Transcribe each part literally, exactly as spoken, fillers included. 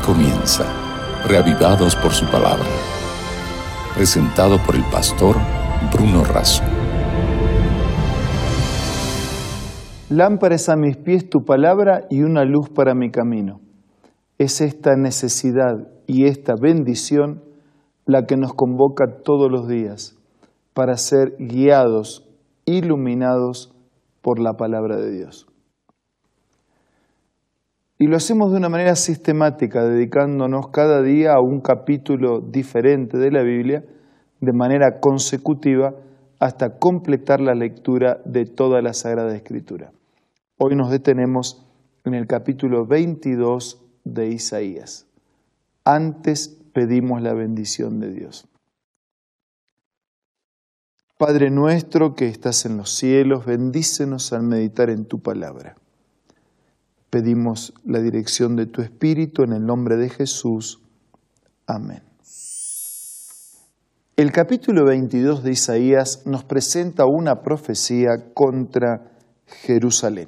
comienza, reavivados por su palabra. Presentado por el pastor Bruno Razo. Lámpara es a mis pies tu palabra y una luz para mi camino. Es esta necesidad y esta bendición la que nos convoca todos los días para ser guiados, iluminados por la palabra de Dios. Y lo hacemos de una manera sistemática, dedicándonos cada día a un capítulo diferente de la Biblia, de manera consecutiva, hasta completar la lectura de toda la Sagrada Escritura. Hoy nos detenemos en el capítulo veintidós de Isaías. Antes pedimos la bendición de Dios. Padre nuestro que estás en los cielos, bendícenos al meditar en tu palabra. Pedimos la dirección de tu Espíritu en el nombre de Jesús. Amén. El capítulo veintidós de Isaías nos presenta una profecía contra Jerusalén.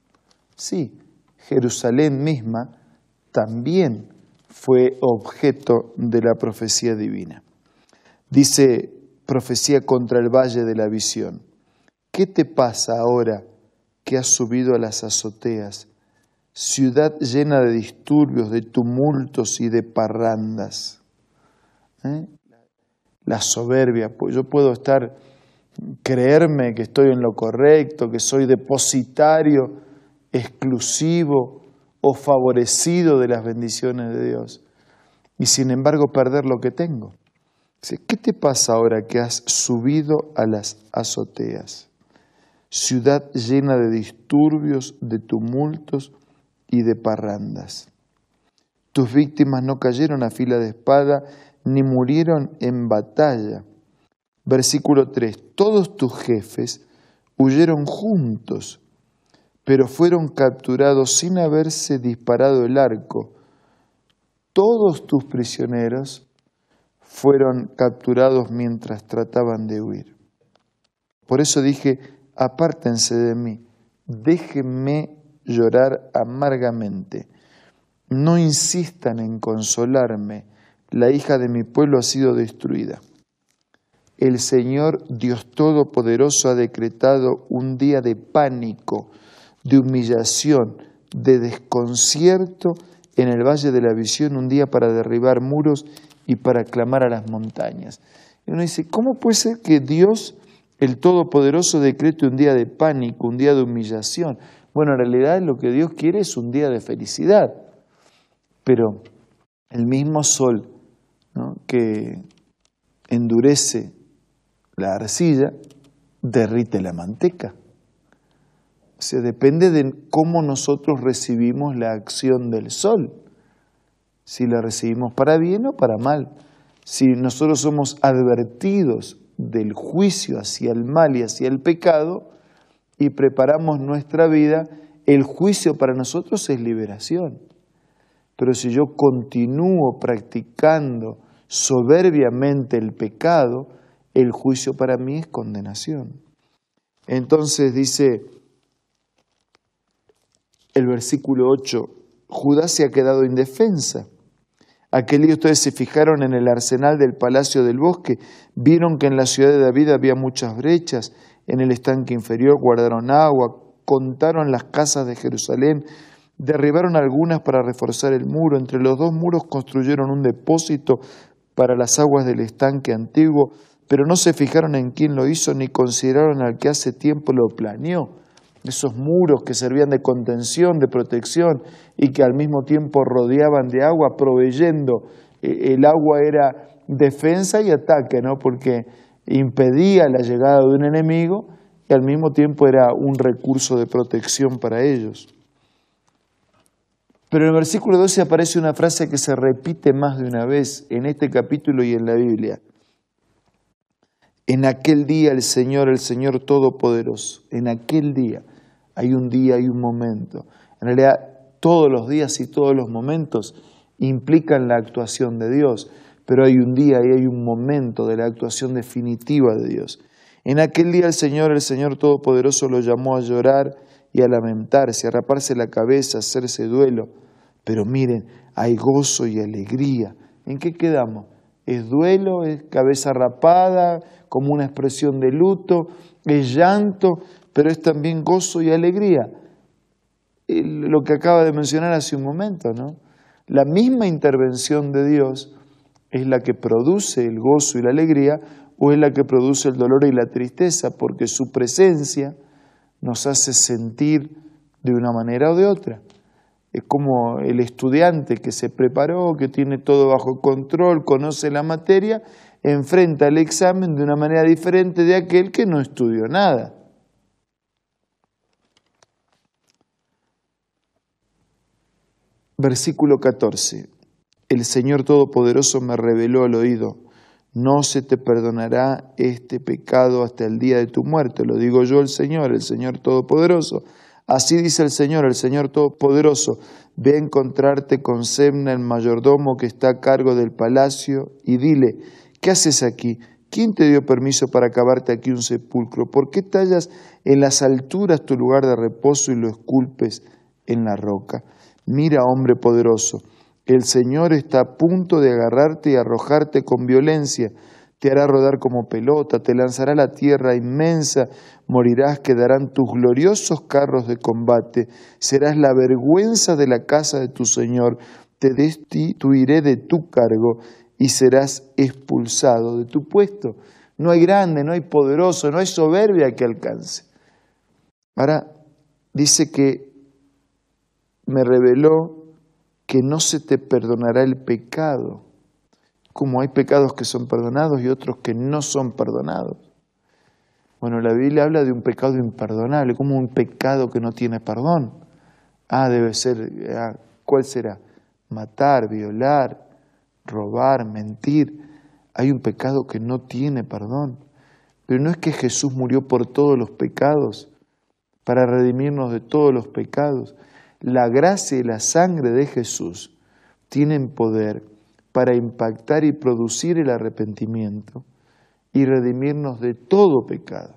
Sí, Jerusalén misma también fue objeto de la profecía divina. Dice, profecía contra el valle de la visión. ¿Qué te pasa ahora que has subido a las azoteas? Ciudad llena de disturbios, de tumultos y de parrandas. ¿Eh? La soberbia, pues yo puedo estar, creerme que estoy en lo correcto, que soy depositario exclusivo o favorecido de las bendiciones de Dios, y sin embargo perder lo que tengo. ¿Qué te pasa ahora que has subido a las azoteas? Ciudad llena de disturbios, de tumultos y de parrandas. Tus víctimas no cayeron a fila de espada, ni murieron en batalla. Versículo tres. Todos tus jefes huyeron juntos, pero fueron capturados sin haberse disparado el arco. Todos tus prisioneros fueron capturados mientras trataban de huir. Por eso dije, apártense de mí, déjenme llorar amargamente. No insistan en consolarme, la hija de mi pueblo ha sido destruida. El Señor Dios Todopoderoso ha decretado un día de pánico, de humillación, de desconcierto en el Valle de la Visión, un día para derribar muros y para clamar a las montañas. Y uno dice, ¿cómo puede ser que Dios, el Todopoderoso, decrete un día de pánico, un día de humillación? Bueno, en realidad lo que Dios quiere es un día de felicidad, pero el mismo sol, ¿no?, que endurece la arcilla, derrite la manteca. O sea, depende de cómo nosotros recibimos la acción del sol. Si la recibimos para bien o para mal. Si nosotros somos advertidos del juicio hacia el mal y hacia el pecado, y preparamos nuestra vida, el juicio para nosotros es liberación. Pero si yo continúo practicando soberbiamente el pecado, el juicio para mí es condenación. Entonces dice el versículo ocho, Judá se ha quedado indefensa. Aquel día ustedes se fijaron en el arsenal del palacio del bosque, vieron que en la ciudad de David había muchas brechas, en el estanque inferior guardaron agua, contaron las casas de Jerusalén, derribaron algunas para reforzar el muro, entre los dos muros construyeron un depósito para las aguas del estanque antiguo, pero no se fijaron en quién lo hizo ni consideraron al que hace tiempo lo planeó. Esos muros que servían de contención, de protección y que al mismo tiempo rodeaban de agua, proveyendo, eh, el agua era defensa y ataque, ¿no?, porque impedía la llegada de un enemigo y al mismo tiempo era un recurso de protección para ellos. Pero en el versículo doce aparece una frase que se repite más de una vez en este capítulo y en la Biblia. En aquel día el Señor, el Señor Todopoderoso, en aquel día, hay un día, hay un momento. En realidad, todos los días y todos los momentos implican la actuación de Dios, pero hay un día y hay un momento de la actuación definitiva de Dios. En aquel día el Señor, el Señor Todopoderoso, lo llamó a llorar y a lamentarse, a raparse la cabeza, a hacerse duelo. Pero miren, hay gozo y alegría. ¿En qué quedamos? ¿Es duelo? ¿Es cabeza rapada? ¿Como una expresión de luto? ¿Es llanto? Pero es también gozo y alegría. Lo que acaba de mencionar hace un momento, ¿no? La misma intervención de Dios es la que produce el gozo y la alegría, o es la que produce el dolor y la tristeza, porque su presencia nos hace sentir de una manera o de otra. Es como el estudiante que se preparó, que tiene todo bajo control, conoce la materia, enfrenta el examen de una manera diferente de aquel que no estudió nada. Versículo catorce. El Señor Todopoderoso me reveló al oído: no se te perdonará este pecado hasta el día de tu muerte. Lo digo yo, el Señor, el Señor Todopoderoso. Así dice el Señor, el Señor Todopoderoso: ve a encontrarte con Sebna, el mayordomo que está a cargo del palacio, y dile: ¿qué haces aquí? ¿Quién te dio permiso para cavarte aquí un sepulcro? ¿Por qué tallas en las alturas tu lugar de reposo y lo esculpes en la roca? Mira, hombre poderoso, el Señor está a punto de agarrarte y arrojarte con violencia. Te hará rodar como pelota, te lanzará a la tierra inmensa, morirás, quedarán tus gloriosos carros de combate, serás la vergüenza de la casa de tu Señor, te destituiré de tu cargo y serás expulsado de tu puesto. No hay grande, no hay poderoso, no hay soberbia que alcance. Ahora dice que me reveló que no se te perdonará el pecado. Como hay pecados que son perdonados y otros que no son perdonados. Bueno, la Biblia habla de un pecado imperdonable, como un pecado que no tiene perdón. Ah, debe ser, ah, ¿cuál será? Matar, violar, robar, mentir. Hay un pecado que no tiene perdón. Pero no es que Jesús murió por todos los pecados, para redimirnos de todos los pecados. La gracia y la sangre de Jesús tienen poder para impactar y producir el arrepentimiento y redimirnos de todo pecado.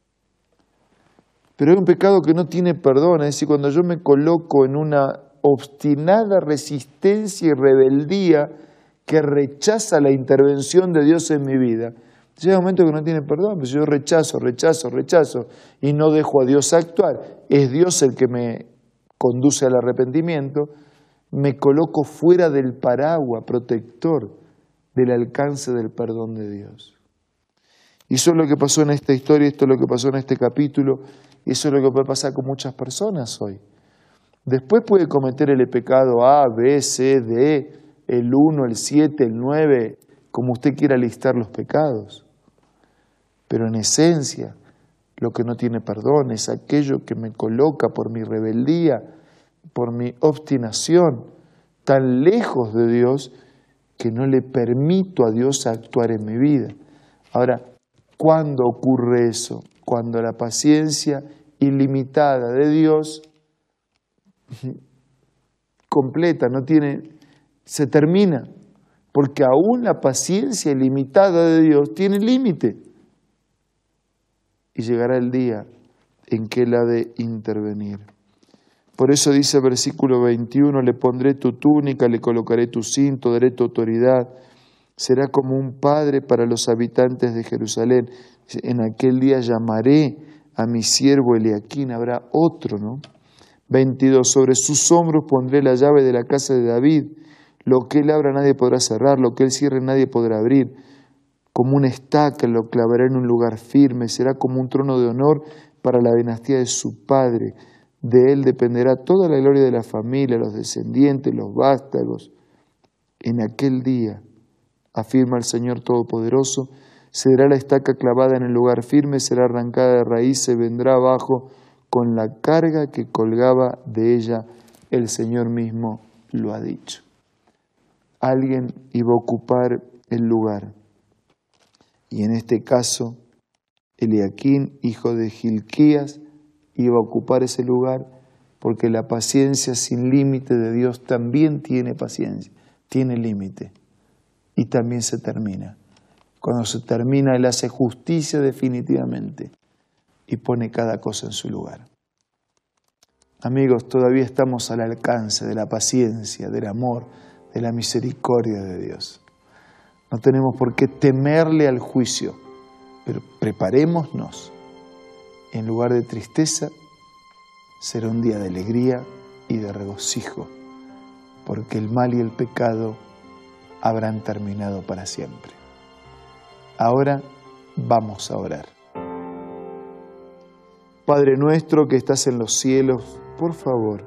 Pero hay un pecado que no tiene perdón, es decir, cuando yo me coloco en una obstinada resistencia y rebeldía que rechaza la intervención de Dios en mi vida, llega un momento que no tiene perdón, pues yo rechazo, rechazo, rechazo y no dejo a Dios actuar. Es Dios el que me conduce al arrepentimiento, me coloco fuera del paraguas protector del alcance del perdón de Dios. Y eso es lo que pasó en esta historia, esto es lo que pasó en este capítulo, y eso es lo que puede pasar con muchas personas hoy. Después puede cometer el pecado A, B, C, D, el uno, el siete, el nueve, como usted quiera listar los pecados. Pero en esencia, lo que no tiene perdón es aquello que me coloca por mi rebeldía, por mi obstinación, tan lejos de Dios que no le permito a Dios actuar en mi vida. Ahora, ¿cuándo ocurre eso? Cuando la paciencia ilimitada de Dios completa, no tiene, se termina, porque aún la paciencia ilimitada de Dios tiene límite. Y llegará el día en que Él ha de intervenir. Por eso dice el versículo veintiuno, le pondré tu túnica, le colocaré tu cinto, daré tu autoridad. Será como un padre para los habitantes de Jerusalén. En aquel día llamaré a mi siervo Eliaquín, habrá otro, ¿no? veintidós, sobre sus hombros pondré la llave de la casa de David. Lo que él abra nadie podrá cerrar, lo que él cierre nadie podrá abrir. Como una estaca lo clavará en un lugar firme, será como un trono de honor para la dinastía de su padre. De él dependerá toda la gloria de la familia, los descendientes, los vástagos. En aquel día, afirma el Señor Todopoderoso, será la estaca clavada en el lugar firme, será arrancada de raíz, se vendrá abajo con la carga que colgaba de ella. El Señor mismo lo ha dicho. Alguien iba a ocupar el lugar. Y en este caso, Eliaquín, hijo de Hilquías, iba a ocupar ese lugar porque la paciencia sin límite de Dios también tiene paciencia, tiene límite y también se termina. Cuando se termina, Él hace justicia definitivamente y pone cada cosa en su lugar. Amigos, todavía estamos al alcance de la paciencia, del amor, de la misericordia de Dios. No tenemos por qué temerle al juicio, pero preparémonos. En lugar de tristeza, será un día de alegría y de regocijo, porque el mal y el pecado habrán terminado para siempre. Ahora vamos a orar. Padre nuestro que estás en los cielos, por favor,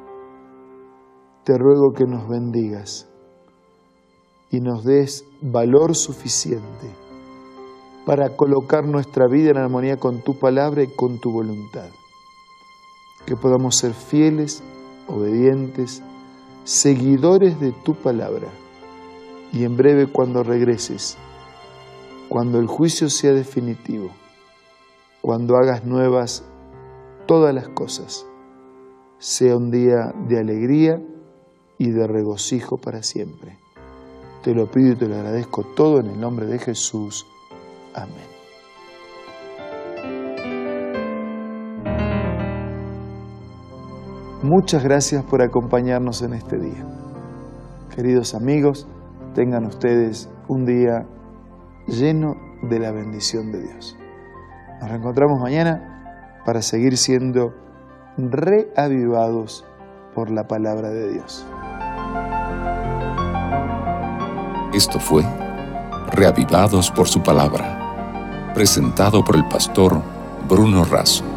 te ruego que nos bendigas y nos des valor suficiente para colocar nuestra vida en armonía con tu palabra y con tu voluntad. Que podamos ser fieles, obedientes, seguidores de tu palabra. Y en breve, cuando regreses, cuando el juicio sea definitivo, cuando hagas nuevas todas las cosas, sea un día de alegría y de regocijo para siempre. Te lo pido y te lo agradezco todo en el nombre de Jesús. Amén. Muchas gracias por acompañarnos en este día. Queridos amigos, tengan ustedes un día lleno de la bendición de Dios. Nos reencontramos mañana para seguir siendo reavivados por la palabra de Dios. Esto fue Reavivados por su palabra, presentado por el pastor Bruno Razo.